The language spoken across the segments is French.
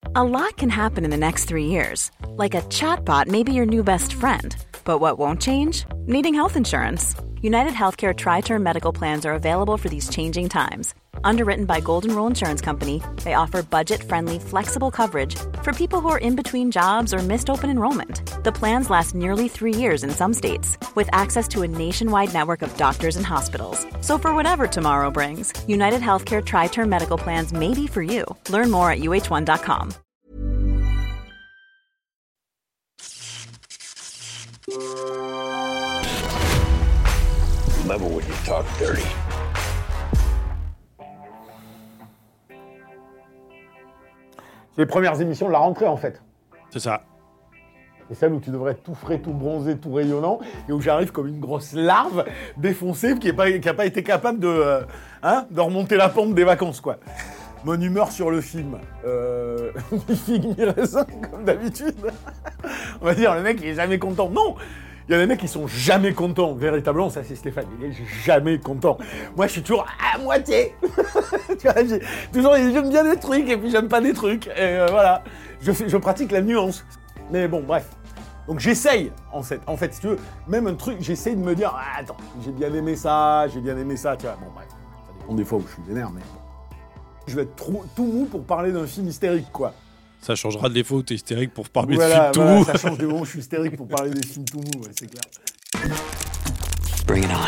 A lot can happen in the next 3 years. Like a chatbot may be your new best friend. But what won't change? Needing health insurance. United Healthcare Tri-Term Medical Plans are available for these changing times. Underwritten by Golden Rule Insurance Company, they offer budget-friendly, flexible coverage for people who are in between jobs or missed open enrollment. The plans last nearly 3 years in some states, with access to a nationwide network of doctors and hospitals. So for whatever tomorrow brings, United Healthcare Tri-Term Medical Plans may be for you. Learn more at uh1.com. Level when you talk dirty. C'est les premières émissions de la rentrée, en fait. C'est ça. C'est celle où tu devrais être tout frais, tout bronzé, tout rayonnant, et où j'arrive comme une grosse larve défoncée qui a pas été capable de remonter la pente des vacances, quoi. Mon humeur sur le film, mi-figue, mi-raisin, comme d'habitude. On va dire, le mec, il est jamais content. Non! Il y a des mecs qui sont jamais contents, véritablement, ça c'est Stéphane, il est jamais content. Moi je suis toujours à moitié. Tu vois, j'aime bien des trucs et puis j'aime pas des trucs. Et voilà, je pratique la nuance. Mais bon, bref. Donc j'essaye, en fait, si tu veux, même un truc, j'essaye de me dire, attends, j'ai bien aimé ça, tu vois. Bon bref, ça dépend des fois où je suis vénère, mais bon. Je vais être tout mou pour parler d'un film hystérique, quoi. Ça changera de l'effet où t'es hystérique pour parler de Voilà, films tout mou. Ça change des moments où je suis hystérique pour parler des films tout mou, ouais, c'est clair. Bring it on.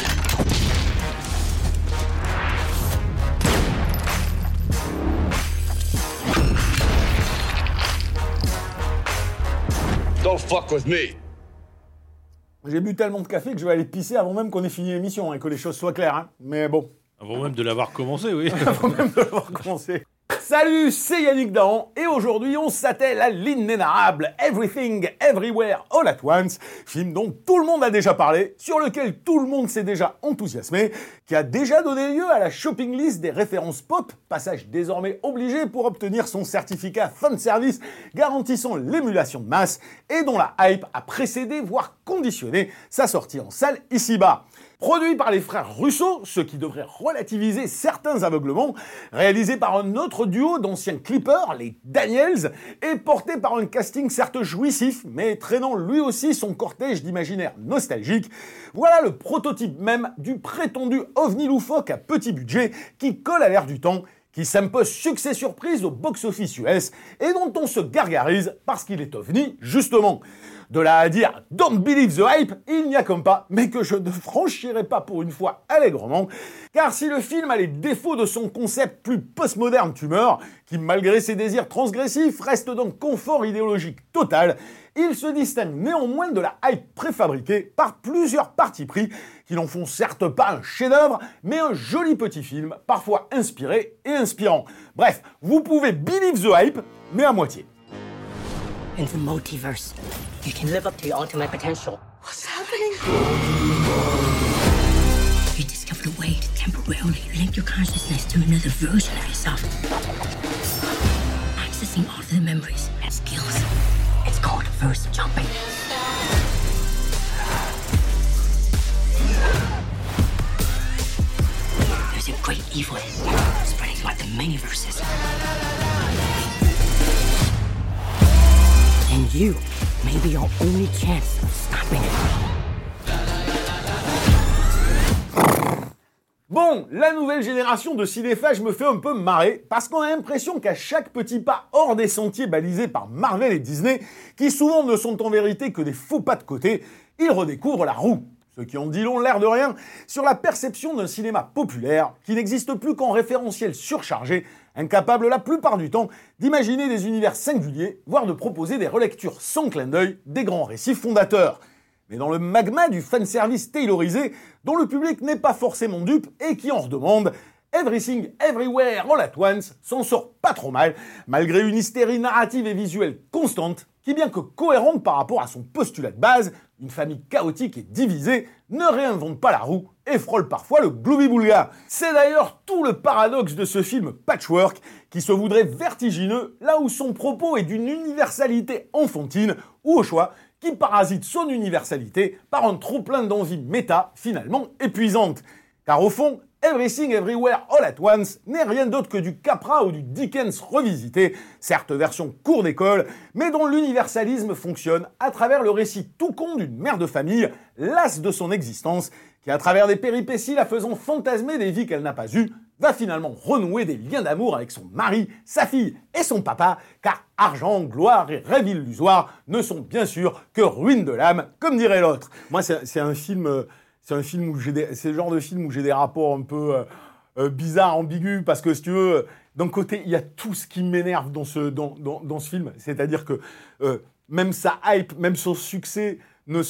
Don't fuck with me. J'ai bu tellement de café que je vais aller pisser avant même qu'on ait fini l'émission, et que les choses soient claires, hein. Mais bon. Avant même de l'avoir commencé, oui. Avant même de l'avoir commencé. Salut, c'est Yannick Dahan, et aujourd'hui on s'attelle à l'inénarrable Everything, Everywhere, All at Once, film dont tout le monde a déjà parlé, sur lequel tout le monde s'est déjà enthousiasmé, qui a déjà donné lieu à la shopping list des références pop, passage désormais obligé pour obtenir son certificat fanservice garantissant l'émulation de masse, et dont la hype a précédé, voire conditionné, sa sortie en salle ici-bas. Produit par les frères Russo, ce qui devrait relativiser certains aveuglements, réalisé par un autre duo d'anciens clippers, les Daniels, et porté par un casting certes jouissif, mais traînant lui aussi son cortège d'imaginaire nostalgique, voilà le prototype même du prétendu ovni loufoque à petit budget qui colle à l'air du temps, qui s'impose succès surprise au box-office US et dont on se gargarise parce qu'il est ovni, justement. De là à dire « Don't believe the hype », il n'y a comme pas, mais que je ne franchirai pas pour une fois allègrement, car si le film a les défauts de son concept plus postmoderne tumeur, qui malgré ses désirs transgressifs reste d'un confort idéologique total, il se distingue néanmoins de la hype préfabriquée par plusieurs partis pris qui n'en font certes pas un chef-d'œuvre, mais un joli petit film, parfois inspiré et inspirant. Bref, vous pouvez believe the hype, mais à moitié. In the multiverse, you can live up to your ultimate potential. What's happening? You discovered a way to temporarily link your consciousness to another version of yourself. Accessing all of the memories and skills. It's called verse jumping. There's a great evil spreading like the many verses. And you may be your only chance of stopping it. Bon, la nouvelle génération de cinéphages me fait un peu marrer, parce qu'on a l'impression qu'à chaque petit pas hors des sentiers balisés par Marvel et Disney, qui souvent ne sont en vérité que des faux pas de côté, ils redécouvrent la roue. Ce qui en dit long, l'air de rien, sur la perception d'un cinéma populaire qui n'existe plus qu'en référentiel surchargé, incapable la plupart du temps d'imaginer des univers singuliers, voire de proposer des relectures sans clin d'œil des grands récits fondateurs. Mais dans le magma du fanservice taylorisé, dont le public n'est pas forcément dupe et qui en redemande, Everything, Everywhere, All at Once s'en sort pas trop mal, malgré une hystérie narrative et visuelle constante, qui bien que cohérente par rapport à son postulat de base, une famille chaotique et divisée, ne réinvente pas la roue et frôle parfois le gloubi-boulga. C'est d'ailleurs tout le paradoxe de ce film Patchwork, qui se voudrait vertigineux, là où son propos est d'une universalité enfantine, ou au choix, qui parasite son universalité par un trop-plein d'envie méta, finalement épuisante. Car au fond, Everything Everywhere All at Once n'est rien d'autre que du Capra ou du Dickens revisité, certes version cours d'école, mais dont l'universalisme fonctionne à travers le récit tout con d'une mère de famille, lasse de son existence, qui à travers des péripéties la faisant fantasmer des vies qu'elle n'a pas eues, va finalement renouer des liens d'amour avec son mari, sa fille et son papa, car argent, gloire et rêve illusoire ne sont bien sûr que ruine de l'âme, comme dirait l'autre. Moi, c'est un film où c'est le genre de film où j'ai des rapports un peu bizarres, ambigus, parce que si tu veux, d'un côté, il y a tout ce qui m'énerve dans ce film, c'est-à-dire que même sa hype, même son succès ne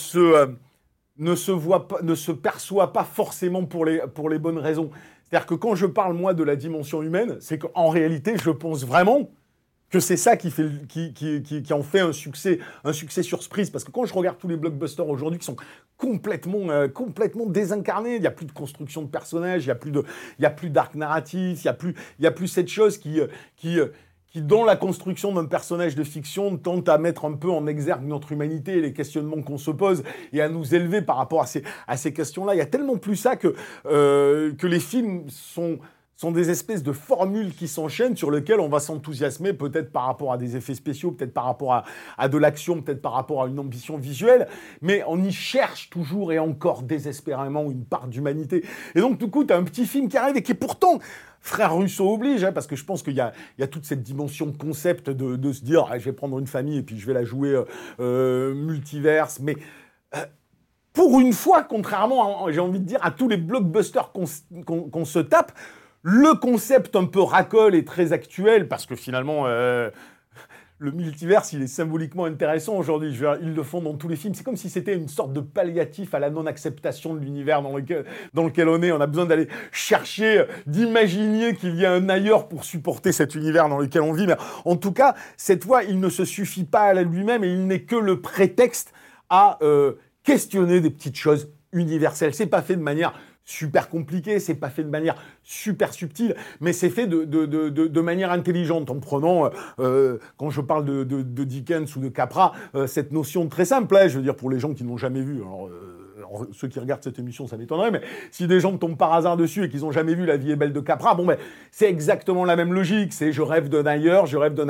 se perçoit pas forcément pour les bonnes raisons. C'est-à-dire que quand je parle, moi, de la dimension humaine, c'est qu'en réalité, je pense vraiment que c'est ça qui en fait un succès surprise. Parce que quand je regarde tous les blockbusters aujourd'hui qui sont complètement désincarnés, il n'y a plus de construction de personnages, il n'y a plus d'arc narratif, il n'y a plus cette chose qui dans la construction d'un personnage de fiction, tente à mettre un peu en exergue notre humanité et les questionnements qu'on se pose et à nous élever par rapport à ces questions-là. Il y a tellement plus ça que les films sont des espèces de formules qui s'enchaînent sur lesquelles on va s'enthousiasmer, peut-être par rapport à des effets spéciaux, peut-être par rapport à de l'action, peut-être par rapport à une ambition visuelle, mais on y cherche toujours et encore désespérément une part d'humanité. Et donc, du coup, tu as un petit film qui arrive et qui est pourtant... Frère Russo oblige, parce que je pense qu'il y a toute cette dimension concept de se dire je vais prendre une famille et puis je vais la jouer multiverse. Mais pour une fois, contrairement, j'ai envie de dire, à tous les blockbusters qu'on se tape, le concept un peu racole est très actuel parce que finalement... le multiverse, il est symboliquement intéressant aujourd'hui. Ils le font dans tous les films. C'est comme si c'était une sorte de palliatif à la non-acceptation de l'univers dans lequel on est. On a besoin d'aller chercher, d'imaginer qu'il y a un ailleurs pour supporter cet univers dans lequel on vit. Mais en tout cas, cette fois, il ne se suffit pas à lui-même et il n'est que le prétexte à questionner des petites choses universelles. C'est pas fait de manière super compliqué, c'est pas fait de manière super subtile, mais c'est fait de manière intelligente, en prenant, quand je parle de Dickens ou de Capra, cette notion très simple, je veux dire, pour les gens qui n'ont jamais vu, alors ceux qui regardent cette émission, ça m'étonnerait, mais si des gens tombent par hasard dessus et qu'ils n'ont jamais vu La vie est belle de Capra, c'est exactement la même logique, c'est je rêve d'un ailleurs,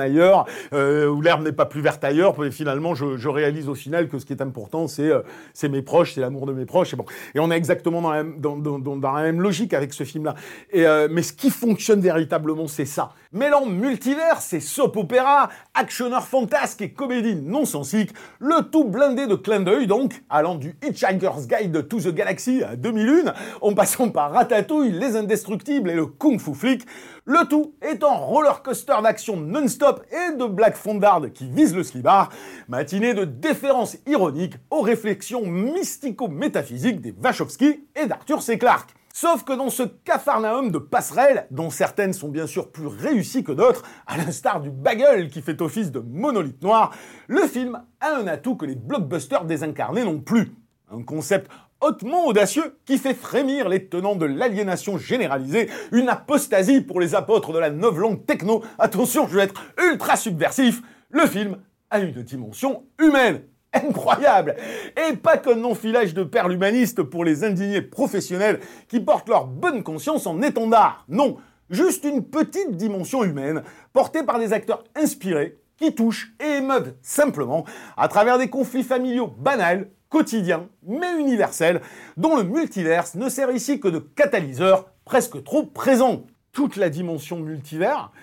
où l'herbe n'est pas plus verte ailleurs, et finalement, je réalise au final que ce qui est important, c'est mes proches, c'est l'amour de mes proches, et on est exactement dans la même logique avec ce film-là. Mais ce qui fonctionne véritablement, c'est ça. Mêlant multivers et soap opéra, actionneur fantasque et comédie non-sensique, le tout blindé de clins d'œil donc, allant du Hitchhiker's Guide to the Galaxy à 2001, en passant par Ratatouille, Les Indestructibles et le Kung Fu Flick, le tout étant roller coaster d'action non-stop et de blagues fondardes qui visent le slibard, matinée de déférence ironique aux réflexions mystico-métaphysiques des Wachowski et d'Arthur C. Clarke. Sauf que dans ce capharnaüm de passerelles, dont certaines sont bien sûr plus réussies que d'autres, à l'instar du bagel qui fait office de monolithe noir, le film a un atout que les blockbusters désincarnés n'ont plus. Un concept hautement audacieux qui fait frémir les tenants de l'aliénation généralisée, une apostasie pour les apôtres de la novlangue techno. Attention, je vais être ultra subversif. Le film a une dimension humaine. Incroyable! Et pas qu'un enfilage de perles humanistes pour les indignés professionnels qui portent leur bonne conscience en étendard. Non, juste une petite dimension humaine, portée par des acteurs inspirés, qui touchent et émeuvent simplement à travers des conflits familiaux banals, quotidiens, mais universels, dont le multiverse ne sert ici que de catalyseur presque trop présent. Toute la dimension multivers,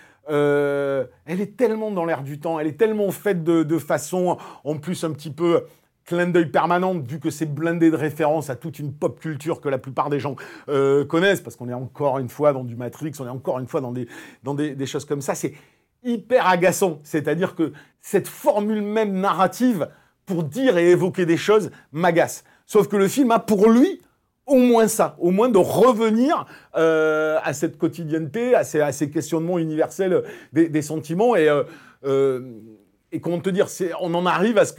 elle est tellement dans l'air du temps, elle est tellement faite de façon, en plus un petit peu clin d'œil permanente, vu que c'est blindé de références à toute une pop culture que la plupart des gens connaissent, parce qu'on est encore une fois dans du Matrix, on est encore une fois dans des choses comme ça, c'est hyper agaçant. C'est-à-dire que cette formule même narrative pour dire et évoquer des choses m'agace. Sauf que le film a pour lui au moins ça, au moins de revenir à cette quotidienneté, à ces questionnements universels des sentiments et comment te dire, on en arrive à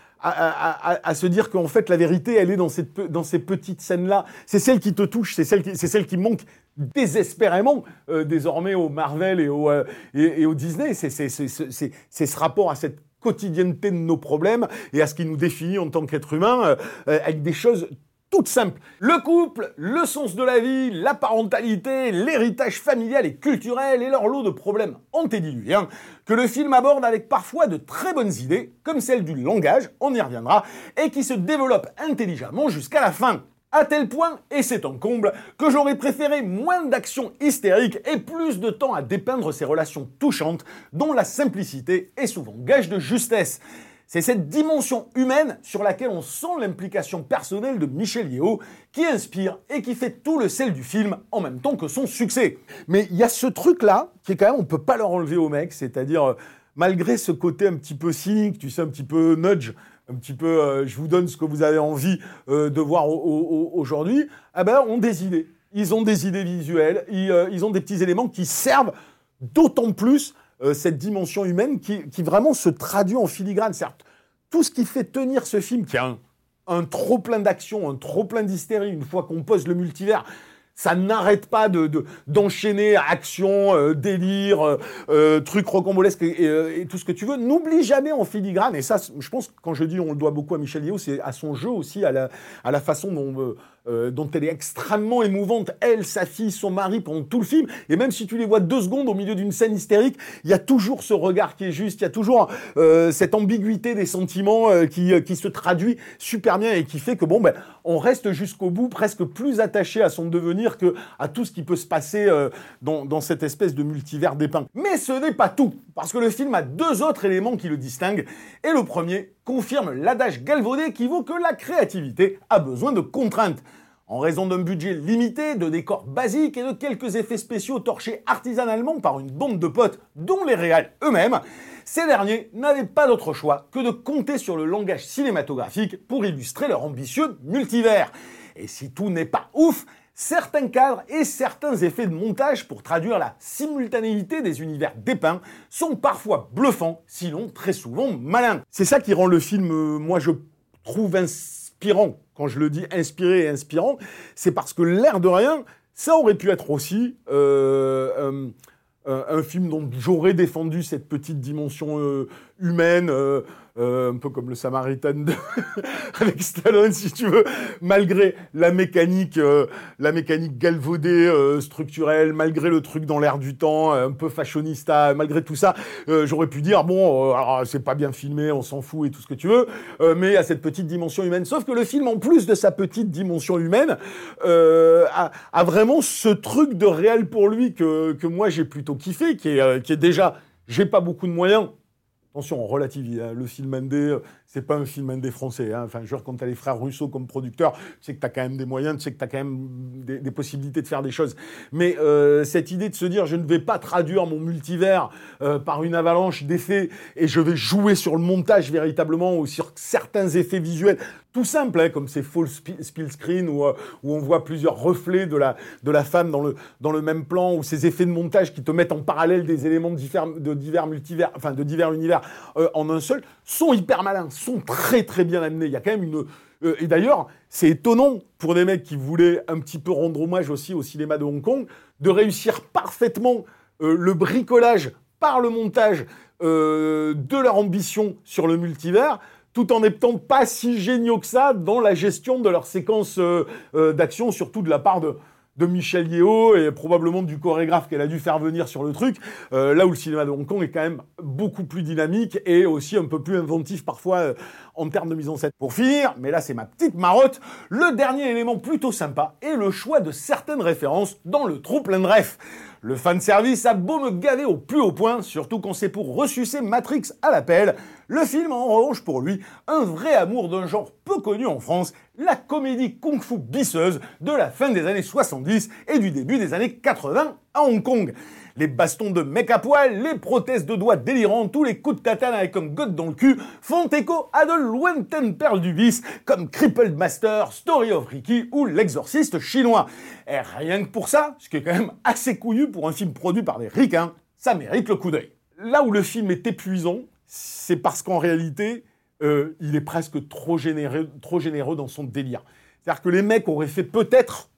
se dire qu'en fait la vérité elle est dans ces petites scènes-là. C'est celle qui te touche, c'est celle qui manque désespérément désormais au Marvel et au Disney. C'est ce rapport à cette quotidienneté de nos problèmes et à ce qui nous définit en tant qu'être humain avec des choses toute simple. Le couple, le sens de la vie, la parentalité, l'héritage familial et culturel et leur lot de problèmes antédiluviens que le film aborde avec parfois de très bonnes idées, comme celle du langage, on y reviendra, et qui se développe intelligemment jusqu'à la fin. À tel point, et c'est un comble, que j'aurais préféré moins d'action hystérique et plus de temps à dépeindre ces relations touchantes dont la simplicité est souvent gage de justesse. C'est cette dimension humaine sur laquelle on sent l'implication personnelle de Michel Yeo qui inspire et qui fait tout le sel du film en même temps que son succès. Mais il y a ce truc-là qui est quand même, on peut pas leur enlever au mec, c'est-à-dire malgré ce côté un petit peu cynique, tu sais, un petit peu nudge, un petit peu je vous donne ce que vous avez envie de voir aujourd'hui, ah ben ont des idées. Ils ont des idées visuelles, ils ont des petits éléments qui servent d'autant plus cette dimension humaine qui vraiment se traduit en filigrane. Certes, tout ce qui fait tenir ce film, qui a un trop plein d'action, un trop plein d'hystérie, une fois qu'on pose le multivers, ça n'arrête pas d'enchaîner action, délire, trucs rocambolesques et tout ce que tu veux. N'oublie jamais en filigrane, et ça, je pense, quand je dis on le doit beaucoup à Michel Yeo, c'est à son jeu aussi, à la façon dont elle est extrêmement émouvante, elle, sa fille, son mari, pendant tout le film. Et même si tu les vois 2 secondes au milieu d'une scène hystérique, il y a toujours ce regard qui est juste, il y a toujours cette ambiguïté des sentiments qui se traduit super bien et qui fait que on reste jusqu'au bout presque plus attaché à son devenir que à tout ce qui peut se passer dans cette espèce de multivers dépeint. Mais ce n'est pas tout, parce que le film a 2 autres éléments qui le distinguent, et le premier confirme l'adage galvaudé qui vaut que la créativité a besoin de contraintes. En raison d'un budget limité, de décors basiques et de quelques effets spéciaux torchés artisanalement par une bande de potes, dont les réals eux-mêmes, ces derniers n'avaient pas d'autre choix que de compter sur le langage cinématographique pour illustrer leur ambitieux multivers. Et si tout n'est pas ouf, certains cadres et certains effets de montage pour traduire la simultanéité des univers dépeints sont parfois bluffants, sinon très souvent malins. C'est ça qui rend le film, moi je trouve inspirant. Quand je le dis inspiré et inspirant, c'est parce que l'air de rien, ça aurait pu être aussi un film dont j'aurais défendu cette petite dimension humaine, un peu comme le Samaritan avec Stallone, si tu veux, malgré la mécanique galvaudée, structurelle, malgré le truc dans l'air du temps, un peu fashionista, malgré tout ça, j'aurais pu dire, alors c'est pas bien filmé, on s'en fout et tout ce que tu veux, mais il y a cette petite dimension humaine. Sauf que le film, en plus de sa petite dimension humaine, a vraiment ce truc de réel pour lui que moi j'ai plutôt kiffé, qui est déjà, j'ai pas beaucoup de moyens. Attention, on relativise, hein. Le film indé, c'est pas un film indé français. Hein. Enfin, genre, quand t'as les frères Russo comme producteurs, tu sais que t'as quand même des moyens, tu sais que t'as quand même des possibilités de faire des choses. Mais cette idée de se dire, je ne vais pas traduire mon multivers par une avalanche d'effets et je vais jouer sur le montage véritablement ou sur certains effets visuels, tout simple, hein, comme ces faux spill screen où on voit plusieurs reflets de la femme dans le même plan, ou ces effets de montage qui te mettent en parallèle des éléments de divers multivers, enfin de divers univers en un seul, sont hyper malins, sont très très bien amenés. Il y a quand même et d'ailleurs, c'est étonnant pour des mecs qui voulaient un petit peu rendre hommage aussi au cinéma de Hong Kong, de réussir parfaitement le bricolage par le montage de leur ambition sur le multivers, tout en n'étant pas si géniaux que ça dans la gestion de leur séquence d'action, surtout de la part de Michel Yeo et probablement du chorégraphe qu'elle a dû faire venir sur le truc, là où le cinéma de Hong Kong est quand même beaucoup plus dynamique et aussi un peu plus inventif parfois en termes de mise en scène. Pour finir, mais là c'est ma petite marotte, le dernier élément plutôt sympa est le choix de certaines références dans le trou plein de refs. Le fanservice a beau me gaver au plus haut point, surtout quand c'est pour ressucer Matrix à l'appel, le film a en revanche pour lui un vrai amour d'un genre peu connu en France, la comédie kung-fu bisseuse de la fin des années 70 et du début des années 80 à Hong Kong. Les bastons de mec à poil, les prothèses de doigts délirantes, tous les coups de katana avec comme gotte dans le cul font écho à de lointaines perles du vice comme Crippled Master, Story of Ricky ou L'Exorciste chinois. Et rien que pour ça, ce qui est quand même assez couillu pour un film produit par des ricains, ça mérite le coup d'œil. Là où le film est épuisant, c'est parce qu'en réalité, il est presque trop généreux dans son délire. C'est-à-dire que les mecs auraient fait peut-être,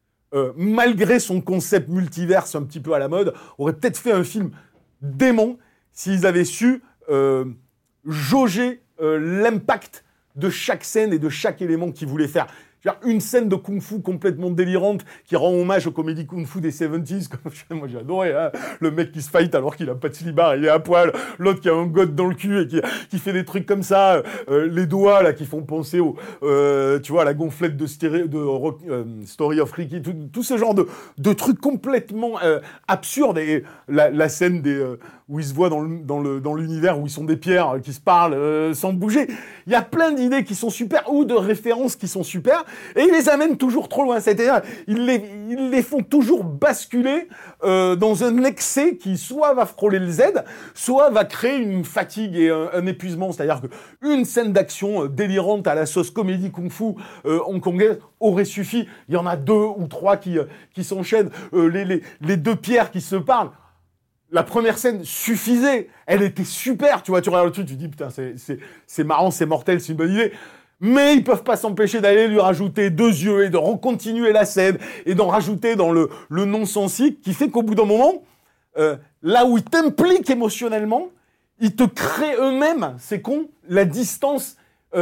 malgré son concept multiverse un petit peu à la mode, auraient peut-être fait un film dément s'ils avaient su jauger l'impact de chaque scène et de chaque élément qu'ils voulaient faire. une scène de kung-fu complètement délirante qui rend hommage aux comédies kung-fu des 70s. Moi, j'ai adoré, hein, le mec qui se fight alors qu'il a pas de slibard, il est à poil. L'autre qui a un god dans le cul et qui fait des trucs comme ça. Les doigts, là, qui font penser tu vois, à la gonflette de Story of Ricky. Tout ce genre de trucs complètement absurdes. Et la scène où ils se voient dans l'univers où ils sont des pierres qui se parlent sans bouger. Il y a plein d'idées qui sont super ou de références qui sont super et ils les amènent toujours trop loin. C'est-à-dire, ils les font toujours basculer dans un excès qui soit va frôler le Z, soit va créer une fatigue et un épuisement. C'est-à-dire qu'une scène d'action délirante à la sauce comédie kung-fu hongkongaise aurait suffi. Il y en a 2 ou 3 qui s'enchaînent. Les deux pierres qui se parlent. La première scène suffisait. Elle était super. Tu vois, tu regardes le truc, tu te dis, putain, c'est marrant, c'est mortel, c'est une bonne idée. Mais ils peuvent pas s'empêcher d'aller lui rajouter 2 yeux et de recontinuer la scène et d'en rajouter dans le non-sensique qui fait qu'au bout d'un moment, là où ils t'impliquent émotionnellement, ils te créent eux-mêmes, c'est con, la distance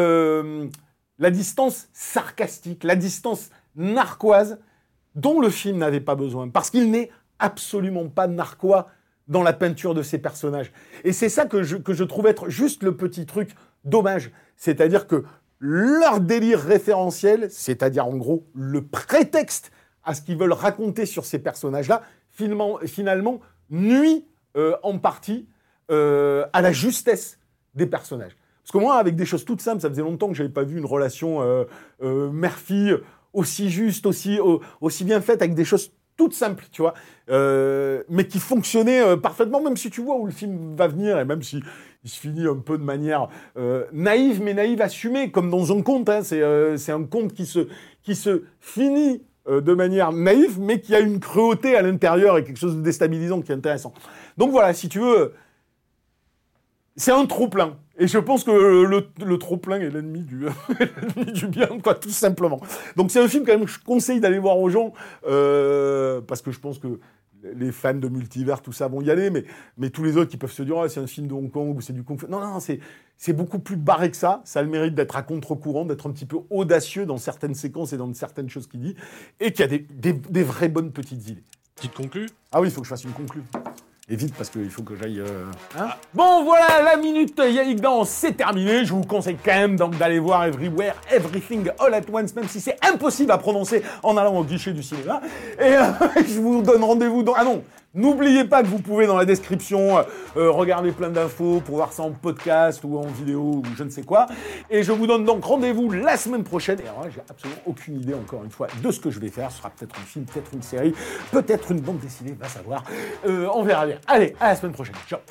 sarcastique, la distance narquoise dont le film n'avait pas besoin. Parce qu'il n'est absolument pas narquois dans la peinture de ces personnages. Et c'est ça que je trouve être juste le petit truc dommage. C'est-à-dire que leur délire référentiel, c'est-à-dire en gros le prétexte à ce qu'ils veulent raconter sur ces personnages-là, finalement nuit en partie à la justesse des personnages. Parce que moi, avec des choses toutes simples, ça faisait longtemps que je n'avais pas vu une relation mère-fille aussi juste, aussi bien faite, avec des choses toute simple, tu vois, mais qui fonctionnait parfaitement, même si tu vois où le film va venir, et même si il se finit un peu de manière naïve, mais naïve assumée, comme dans un conte, hein, c'est un conte qui se finit de manière naïve, mais qui a une cruauté à l'intérieur et quelque chose de déstabilisant qui est intéressant. Donc voilà, si tu veux, c'est un trop-plein. Et je pense que le trop-plein est l'ennemi du bien, quoi, tout simplement. Donc c'est un film quand même que je conseille d'aller voir aux gens, parce que je pense que les fans de multivers, tout ça, vont y aller, mais tous les autres qui peuvent se dire « c'est un film de Hong Kong ou c'est du Kung Fu ». Non, c'est beaucoup plus barré que ça. Ça a le mérite d'être à contre-courant, d'être un petit peu audacieux dans certaines séquences et dans certaines choses qu'il dit, et qu'il y a des vraies bonnes petites idées. Petite conclue ? Ah oui, il faut que je fasse une conclue. Et vite, parce qu'il faut que j'aille... Bon, voilà, la minute Yannick Dan, c'est terminé. Je vous conseille quand même donc d'aller voir Everywhere, Everything, All at Once, même si c'est impossible à prononcer en allant au guichet du cinéma. Et je vous donne rendez-vous dans... Ah non, n'oubliez pas que vous pouvez, dans la description, regarder plein d'infos pour voir ça en podcast ou en vidéo ou je ne sais quoi. Et je vous donne donc rendez-vous la semaine prochaine. Et alors là, j'ai absolument aucune idée, encore une fois, de ce que je vais faire. Ce sera peut-être un film, peut-être une série, peut-être une bande dessinée, va savoir. On verra bien. Allez, à la semaine prochaine. Ciao.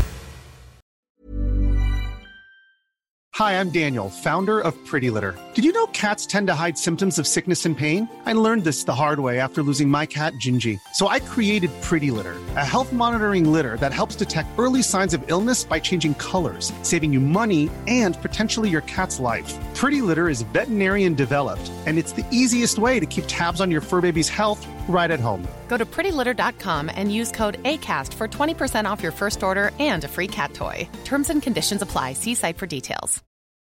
Hi, I'm Daniel, founder of Pretty Litter. Did you know cats tend to hide symptoms of sickness and pain? I learned this the hard way after losing my cat, Gingy. So I created Pretty Litter, a health monitoring litter that helps detect early signs of illness by changing colors, saving you money and potentially your cat's life. Pretty Litter is veterinarian developed, and it's the easiest way to keep tabs on your fur baby's health right at home. Go to prettylitter.com and use code ACAST for 20% off your first order and a free cat toy. Terms and conditions apply. See site for details.